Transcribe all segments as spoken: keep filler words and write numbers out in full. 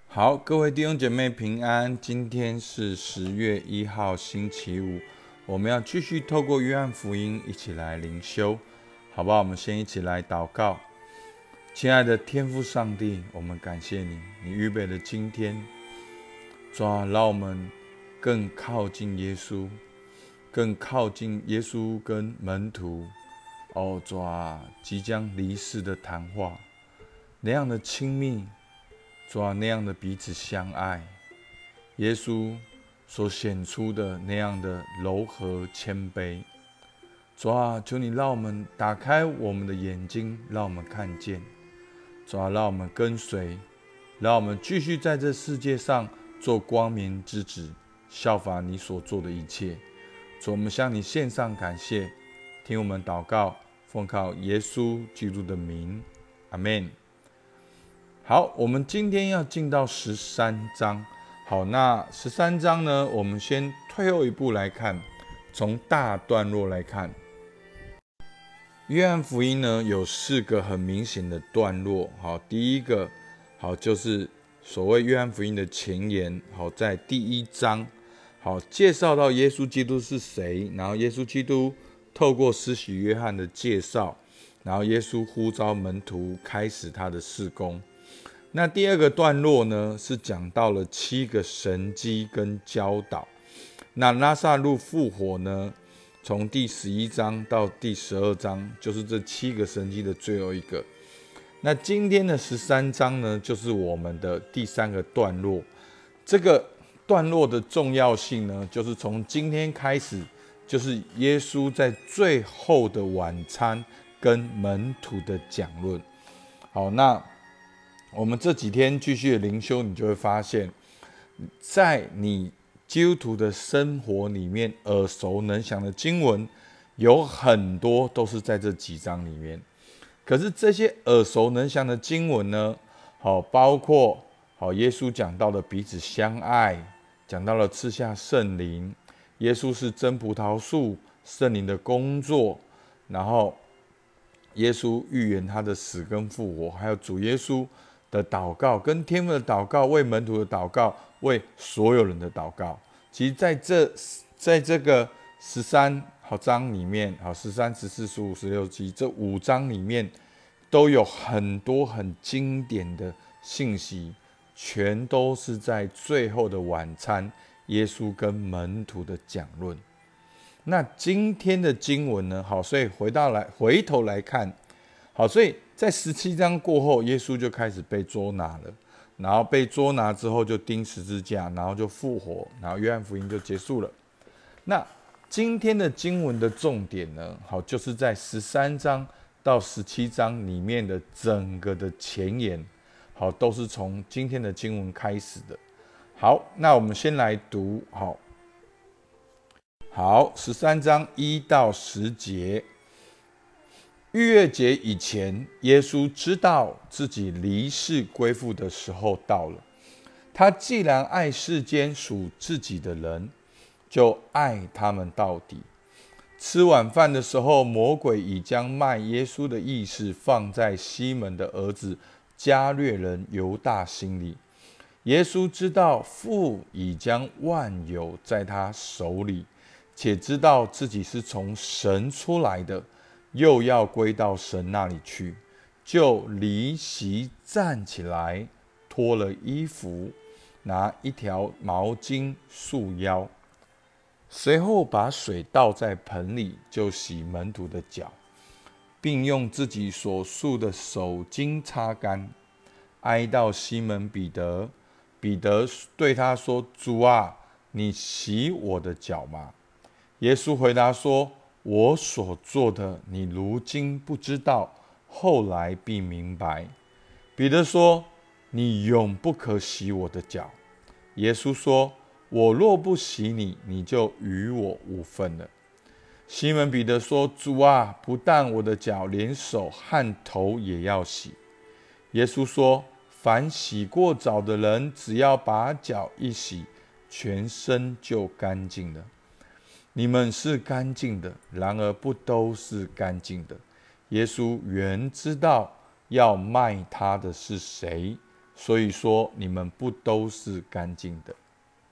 好，各位弟兄姐妹平安。今天是十月一号，星期五，我们要继续透过约翰福音一起来灵修，好不好？我们先一起来祷告。亲爱的天父上帝，我们感谢你，你预备了今天，主啊，让我们更靠近耶稣，更靠近耶稣跟门徒。哦，主啊，即将离世的谈话，那样的亲密。主啊，那样的彼此相爱，耶稣所显出的那样的柔和谦卑。主啊，求你让我们打开我们的眼睛，让我们看见。主啊，让我们跟随，让我们继续在这世界上做光明之子，效法你所做的一切。主，我们向你献上感谢，听我们祷告，奉靠耶稣基督的名，阿们。好，我们今天要进到十三章。好，那十三章呢，我们先退后一步来看，从大段落来看，约翰福音呢有四个很明显的段落。好，第一个好就是所谓约翰福音的前言。好，在第一章，好介绍到耶稣基督是谁，然后耶稣基督透过施洗约翰的介绍，然后耶稣呼召门徒开始他的事工。那第二个段落呢，是讲到了七个神迹跟教导。那拉撒路复活呢，从第十一章到第十二章，就是这七个神迹的最后一个。那今天的十三章呢，就是我们的第三个段落。这个段落的重要性呢，就是从今天开始，就是耶稣在最后的晚餐跟门徒的讲论。好，那我们这几天继续的灵修，你就会发现，在你基督徒的生活里面，耳熟能详的经文有很多都是在这几章里面。可是这些耳熟能详的经文呢，好，包括好耶稣讲到的彼此相爱，讲到了赐下圣灵，耶稣是真葡萄树，圣灵的工作，然后耶稣预言他的死跟复活，还有主耶稣的祷告，跟天父的祷告，为门徒的祷告，为所有人的祷告。其实在这在这个十三好章里面，好十三、十四、十五、十六集这五章里面，都有很多很经典的信息，全都是在最后的晚餐，耶稣跟门徒的讲论。那今天的经文呢？好，所以回到来回头来看，好，所以在十七章过后，耶稣就开始被捉拿了，然后被捉拿之后就钉十字架，然后就复活，然后约翰福音就结束了。那今天的经文的重点呢？好，就是在十三章到十七章里面的整个的前言，好，都是从今天的经文开始的。好，那我们先来读，好。好，十三章一到十节。逾越节以前，耶稣知道自己离世归父的时候到了。他既然爱世间属自己的人，就爱他们到底。吃晚饭的时候，魔鬼已将卖耶稣的意思放在西门的儿子加略人犹大心里。耶稣知道父已将万有在他手里，且知道自己是从神出来的，又要归到神那里去，就离席站起来，脱了衣服，拿一条毛巾束腰，随后把水倒在盆里，就洗门徒的脚，并用自己所束的手巾擦干。挨到西门彼得，彼得对他说：“主啊，你洗我的脚吗？”耶稣回答说：“我所做的，你如今不知道，后来必明白。”彼得说：“你永不可洗我的脚。”耶稣说：“我若不洗你，你就与我无分了。”西门彼得说：“主啊，不但我的脚，连手和头也要洗。”耶稣说：“凡洗过澡的人，只要把脚一洗，全身就干净了。你们是干净的，然而不都是干净的。”耶稣原知道要卖他的是谁， 所以说你们不都是干净的。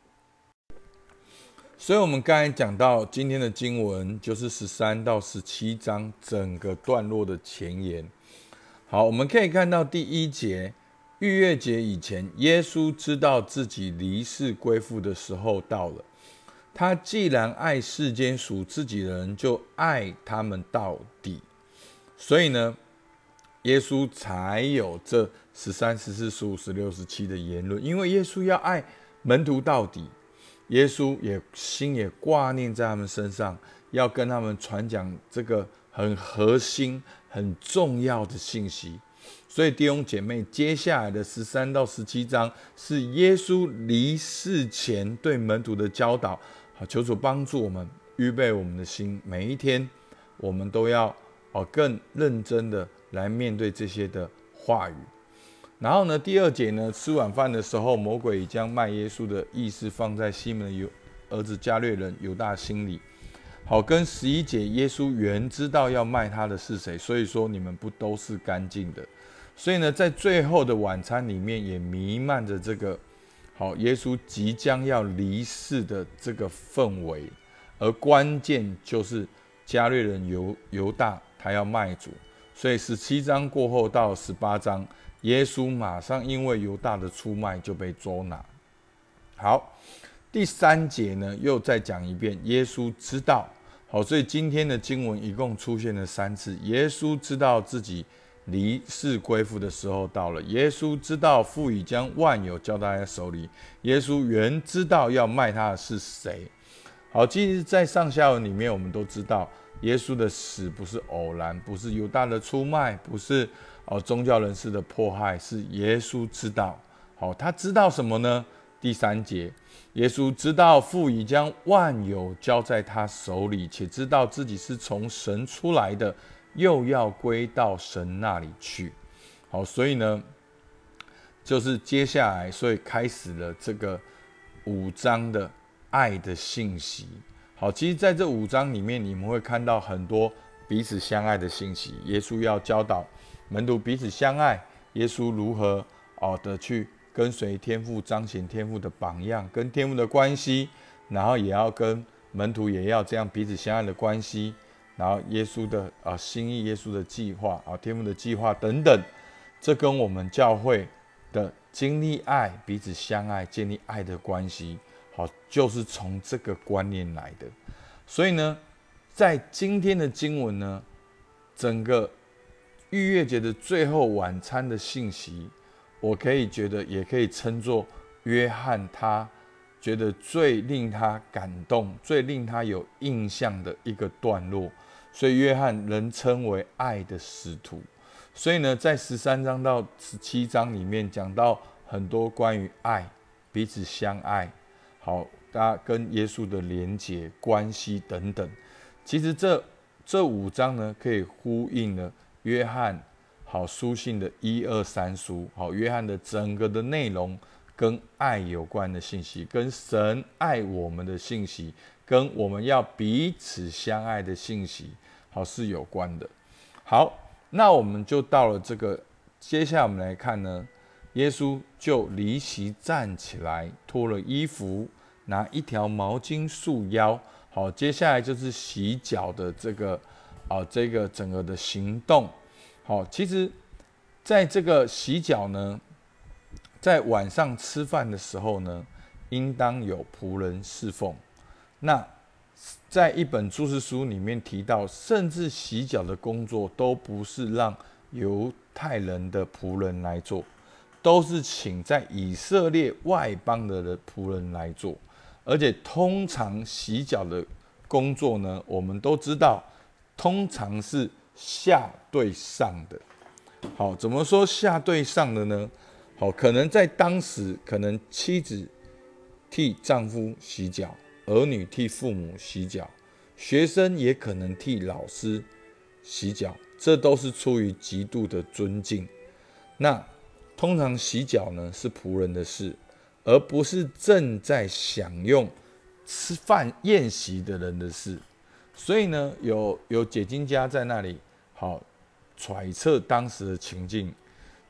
所以我们刚才讲到今天的经文就是十三到十七章整个段落的前言。好，我们可以看到第一节，逾越节以前，耶稣知道自己离世归父的时候到了。他既然爱世间属自己的人，就爱他们到底。所以呢，耶稣才有这十三、十四、十五、十六、十七的言论，因为耶稣要爱门徒到底。耶稣也心也挂念在他们身上，要跟他们传讲这个很核心、很重要的信息。所以弟兄姐妹，接下来的十三到十七章是耶稣离世前对门徒的教导。好，求主帮助我们预备我们的心，每一天我们都要更认真的来面对这些的话语。然后呢，第二节呢，吃晚饭的时候，魔鬼已将卖耶稣的意思放在西门的儿子加略人犹大心里。好，跟十一节，耶稣原知道要卖他的是谁，所以说你们不都是干净的。所以呢，在最后的晚餐里面也弥漫着这个好，耶稣即将要离世的这个氛围，而关键就是加略人犹犹大他要卖主。所以十七章过后到十八章，耶稣马上因为犹大的出卖就被捉拿。好，第三节呢又再讲一遍，耶稣知道。好，所以今天的经文一共出现了三次。耶稣知道自己离世归父的时候到了。耶稣知道父已将万有交在他手里。耶稣原知道要卖他的是谁。好，其实在上下文里面我们都知道，耶稣的死不是偶然，不是犹大的出卖，不是、哦、宗教人士的迫害，是耶稣知道。好，他知道什么呢？第三节，耶稣知道父已将万有交在他手里，且知道自己是从神出来的，又要归到神那里去。好，所以呢，就是接下来，所以开始了这个五章的爱的信息。好，其实在这五章里面，你们会看到很多彼此相爱的信息。耶稣要教导门徒彼此相爱，耶稣如何、哦、的去跟随天父，彰显天父的榜样，跟天父的关系，然后也要跟门徒也要这样彼此相爱的关系，然后耶稣的、呃、心意，耶稣的计划、啊、天父的计划等等，这跟我们教会的经历爱、彼此相爱、建立爱的关系，好，就是从这个观念来的。所以呢，在今天的经文呢，整个逾越节的最后晚餐的信息，我可以觉得也可以称作约翰他觉得最令他感动、最令他有印象的一个段落。所以约翰人称为爱的使徒。所以呢，在十三章到十七章里面讲到很多关于爱、彼此相爱，好，大家跟耶稣的连结、关系等等。其实这这五章呢，可以呼应了约翰好书信的一二三书。好，约翰的整个的内容跟爱有关的信息，跟神爱我们的信息，跟我们要彼此相爱的信息，好是有关的。好，那我们就到了这个，接下来我们来看呢，耶稣就离席站起来，脱了衣服，拿一条毛巾束腰。好，接下来就是洗脚的这个啊，这个整个的行动。好，其实在这个洗脚呢，在晚上吃饭的时候呢，应当有仆人侍奉。那在一本注释书里面提到，甚至洗脚的工作都不是让犹太人的仆人来做，都是请在以色列外邦的仆人来做。而且通常洗脚的工作呢，我们都知道，通常是下对上的。好，怎么说下对上的呢？好，可能在当时，可能妻子替丈夫洗脚，儿女替父母洗脚，学生也可能替老师洗脚，这都是出于极度的尊敬。那通常洗脚呢是仆人的事，而不是正在享用吃饭宴席的人的事。所以呢，有有解经家在那里好揣测当时的情境。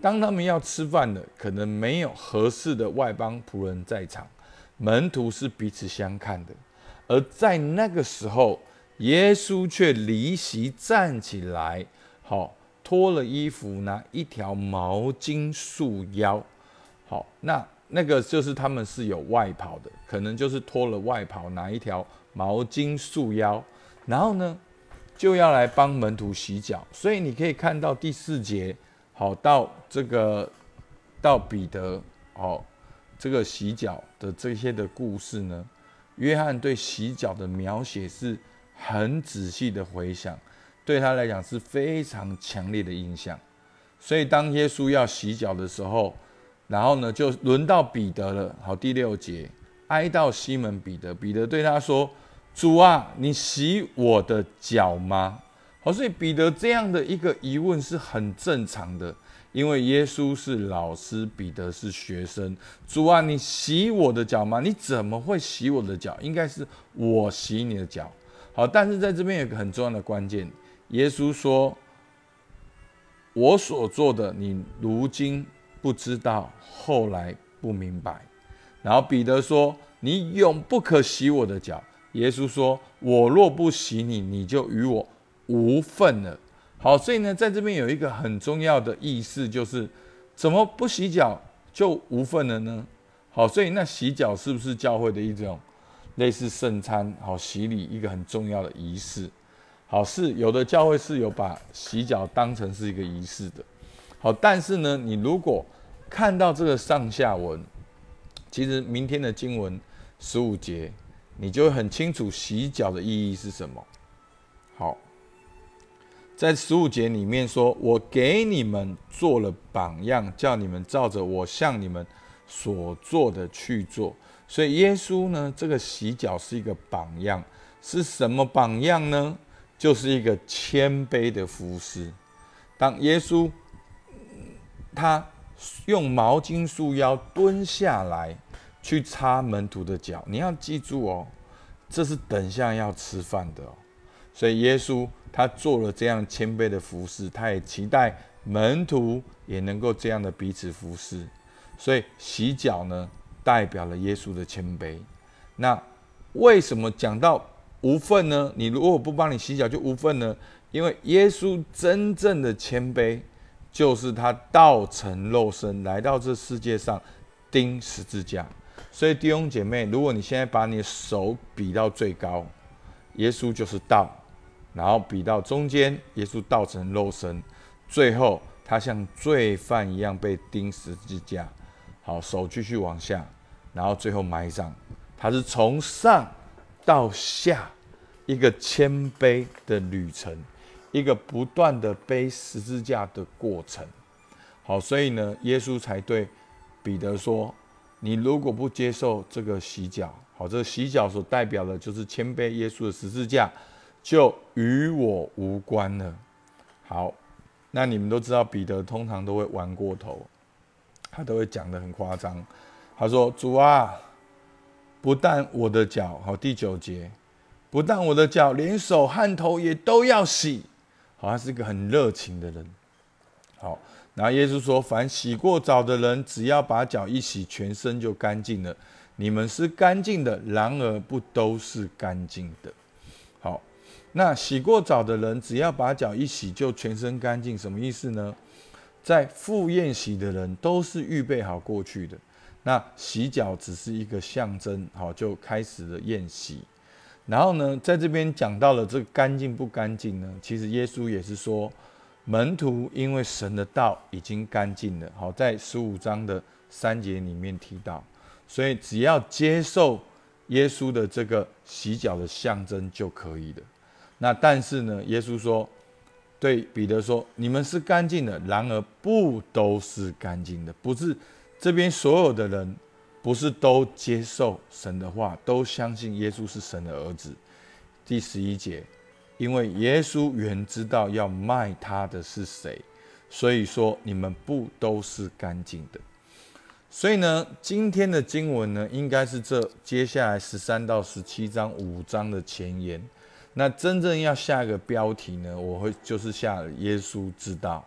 当他们要吃饭了，可能没有合适的外邦仆人在场，门徒是彼此相看的。而在那个时候，耶稣却离席站起来，好，脱了衣服，拿一条毛巾束腰。好，那那个就是他们是有外袍的，可能就是脱了外袍，拿一条毛巾束腰，然后呢，就要来帮门徒洗脚。所以你可以看到第四节，好，到这个到彼得，好，这个洗脚的这些的故事呢，约翰对洗脚的描写是很仔细的回想，对他来讲是非常强烈的印象。所以当耶稣要洗脚的时候，然后呢，就轮到彼得了。好，第六节，挨到西门彼得，彼得对他说：“主啊，你洗我的脚吗？”好，所以彼得这样的一个疑问是很正常的，因为耶稣是老师，彼得是学生。主啊，你洗我的脚吗？你怎么会洗我的脚？应该是我洗你的脚。好，但是在这边有一个很重要的关键，耶稣说：“我所做的，你如今不知道，后来不明白。”然后彼得说：“你永不可洗我的脚。”耶稣说：“我若不洗你，你就与我无份了。”好，所以呢，在这边有一个很重要的意思，就是怎么不洗脚就无份了呢？好，所以那洗脚是不是教会的一种类似圣餐、好洗礼一个很重要的仪式？好，是有的教会是有把洗脚当成是一个仪式的。好，但是呢，你如果看到这个上下文，其实明天的经文十五节，你就会很清楚洗脚的意义是什么。好，在十五节里面说：“我给你们做了榜样，叫你们照着我向你们所做的去做。”所以耶稣呢，这个洗脚是一个榜样，是什么榜样呢？就是一个谦卑的服侍。当耶稣他用毛巾束腰蹲下来去擦门徒的脚，你要记住哦，这是等下要吃饭的哦。所以耶稣他做了这样谦卑的服侍，他也期待门徒也能够这样的彼此服侍。所以洗脚呢，代表了耶稣的谦卑。那为什么讲到无份呢？你如果不帮你洗脚就无份呢？因为耶稣真正的谦卑，就是他道成肉身来到这世界上钉十字架。所以弟兄姐妹，如果你现在把你的手比到最高，耶稣就是道，然后比到中间，耶稣道成肉身，最后他像罪犯一样被钉十字架。好，手继续往下，然后最后埋葬。他是从上到下一个谦卑的旅程，一个不断的背十字架的过程。好，所以呢，耶稣才对彼得说：“你如果不接受这个洗脚，好，这个洗脚所代表的就是谦卑耶稣的十字架，就与我无关了。”好，那你们都知道，彼得通常都会玩过头，他都会讲得很夸张。他说：“主啊，不但我的脚，好，第九节，不但我的脚，连手和头也都要洗。”好，他是一个很热情的人。好，然后耶稣说：“凡洗过澡的人，只要把脚一洗，全身就干净了。你们是干净的，然而不都是干净的。”好，那洗过澡的人，只要把脚一洗，就全身干净，什么意思呢？在赴宴席的人都是预备好过去的，那洗脚只是一个象征，好，就开始了宴席。然后呢，在这边讲到了这个干净不干净呢？其实耶稣也是说，门徒因为神的道已经干净了，好，在十五章的三节里面提到，所以只要接受耶稣的这个洗脚的象征就可以了。那但是呢，耶稣说，对彼得说：“你们是干净的，然而不都是干净的。”不是这边所有的人，不是都接受神的话，都相信耶稣是神的儿子。第十一节，因为耶稣原知道要卖他的是谁，所以说你们不都是干净的。所以呢，今天的经文呢，应该是这接下来十三到十七章五章的前言。那真正要下一个标题呢，我会就是下耶稣知道。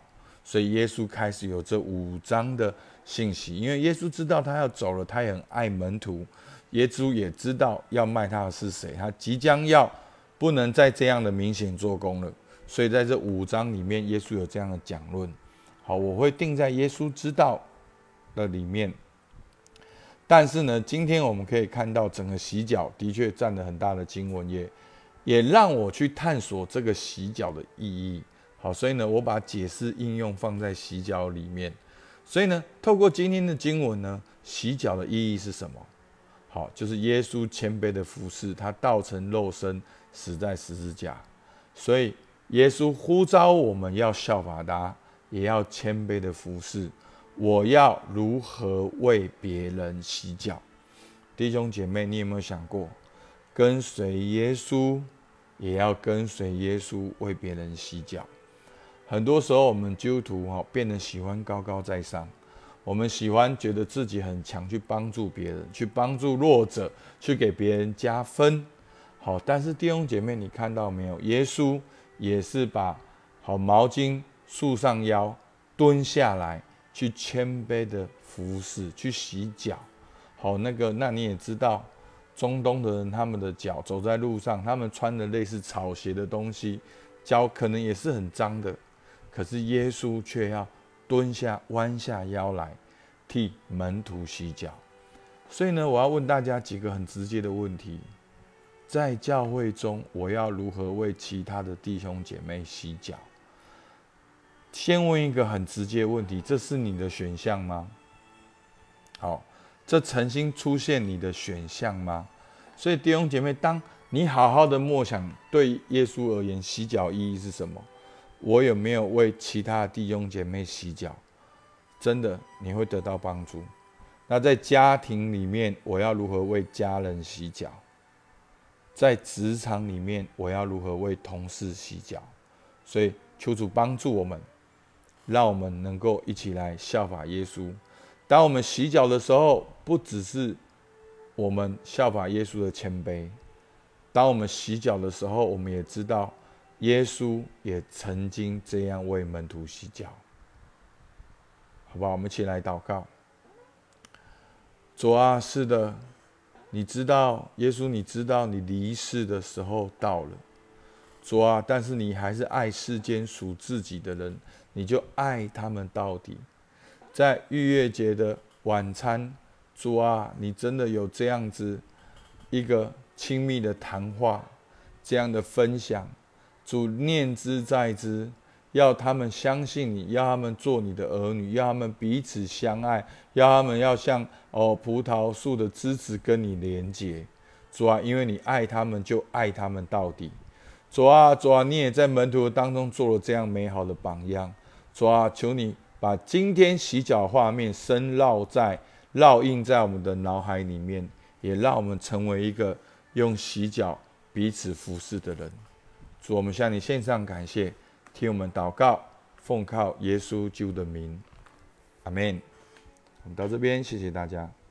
所以耶稣开始有这五章的信息。因为耶稣知道他要走了，他也很爱门徒，耶稣也知道要卖他的是谁，他即将要不能再这样的明显做工了。所以在这五章里面，耶稣有这样的讲论。好，我会定在耶稣知道的里面。但是呢，今天我们可以看到整个洗脚的确占了很大的经文，也也让我去探索这个洗脚的意义。好，所以呢，我把解释应用放在洗脚里面。所以呢，透过今天的经文呢，洗脚的意义是什么？好，就是耶稣谦卑的服侍，他道成肉身，死在十字架。所以耶稣呼召我们要效法他，也要谦卑的服侍。我要如何为别人洗脚？弟兄姐妹，你有没有想过，跟随耶稣，也要跟随耶稣为别人洗脚？很多时候，我们基督徒变得喜欢高高在上，我们喜欢觉得自己很强，去帮助别人，去帮助弱者，去给别人加分。好，但是弟兄姐妹，你看到没有？耶稣也是把好毛巾束上腰，蹲下来，去谦卑的服侍，去洗脚。好，那个，那你也知道，中东的人他们的脚走在路上，他们穿的类似草鞋的东西，脚可能也是很脏的。可是耶稣却要蹲下、弯下腰来，替门徒洗脚。所以呢，我要问大家几个很直接的问题：在教会中，我要如何为其他的弟兄姐妹洗脚？先问一个很直接的问题：这是你的选项吗？好，这曾经出现你的选项吗？所以弟兄姐妹，当你好好的默想，对耶稣而言，洗脚意义是什么？我有没有为其他的弟兄姐妹洗脚？真的，你会得到帮助。那在家庭里面，我要如何为家人洗脚？在职场里面，我要如何为同事洗脚？所以求主帮助我们，让我们能够一起来效法耶稣。当我们洗脚的时候，不只是我们效法耶稣的谦卑，当我们洗脚的时候，我们也知道耶稣也曾经这样为门徒洗脚，好不好？我们一起来祷告。主啊，是的，你知道，耶稣，你知道你离世的时候到了。主啊，但是你还是爱世间属自己的人，你就爱他们到底。在逾越节的晚餐，主啊，你真的有这样子一个亲密的谈话，这样的分享。主念之在之，要他们相信你，要他们做你的儿女，要他们彼此相爱，要他们要像哦葡萄树的枝子跟你连结。主啊，因为你爱他们，就爱他们到底。主啊，主啊，你也在门徒当中做了这样美好的榜样。主啊，求你把今天洗脚画面深烙在、烙印在我们的脑海里面，也让我们成为一个用洗脚彼此服侍的人。主，我们向你献上感谢，听我们祷告，奉靠耶稣基督的名，阿们。我们到这边，谢谢大家。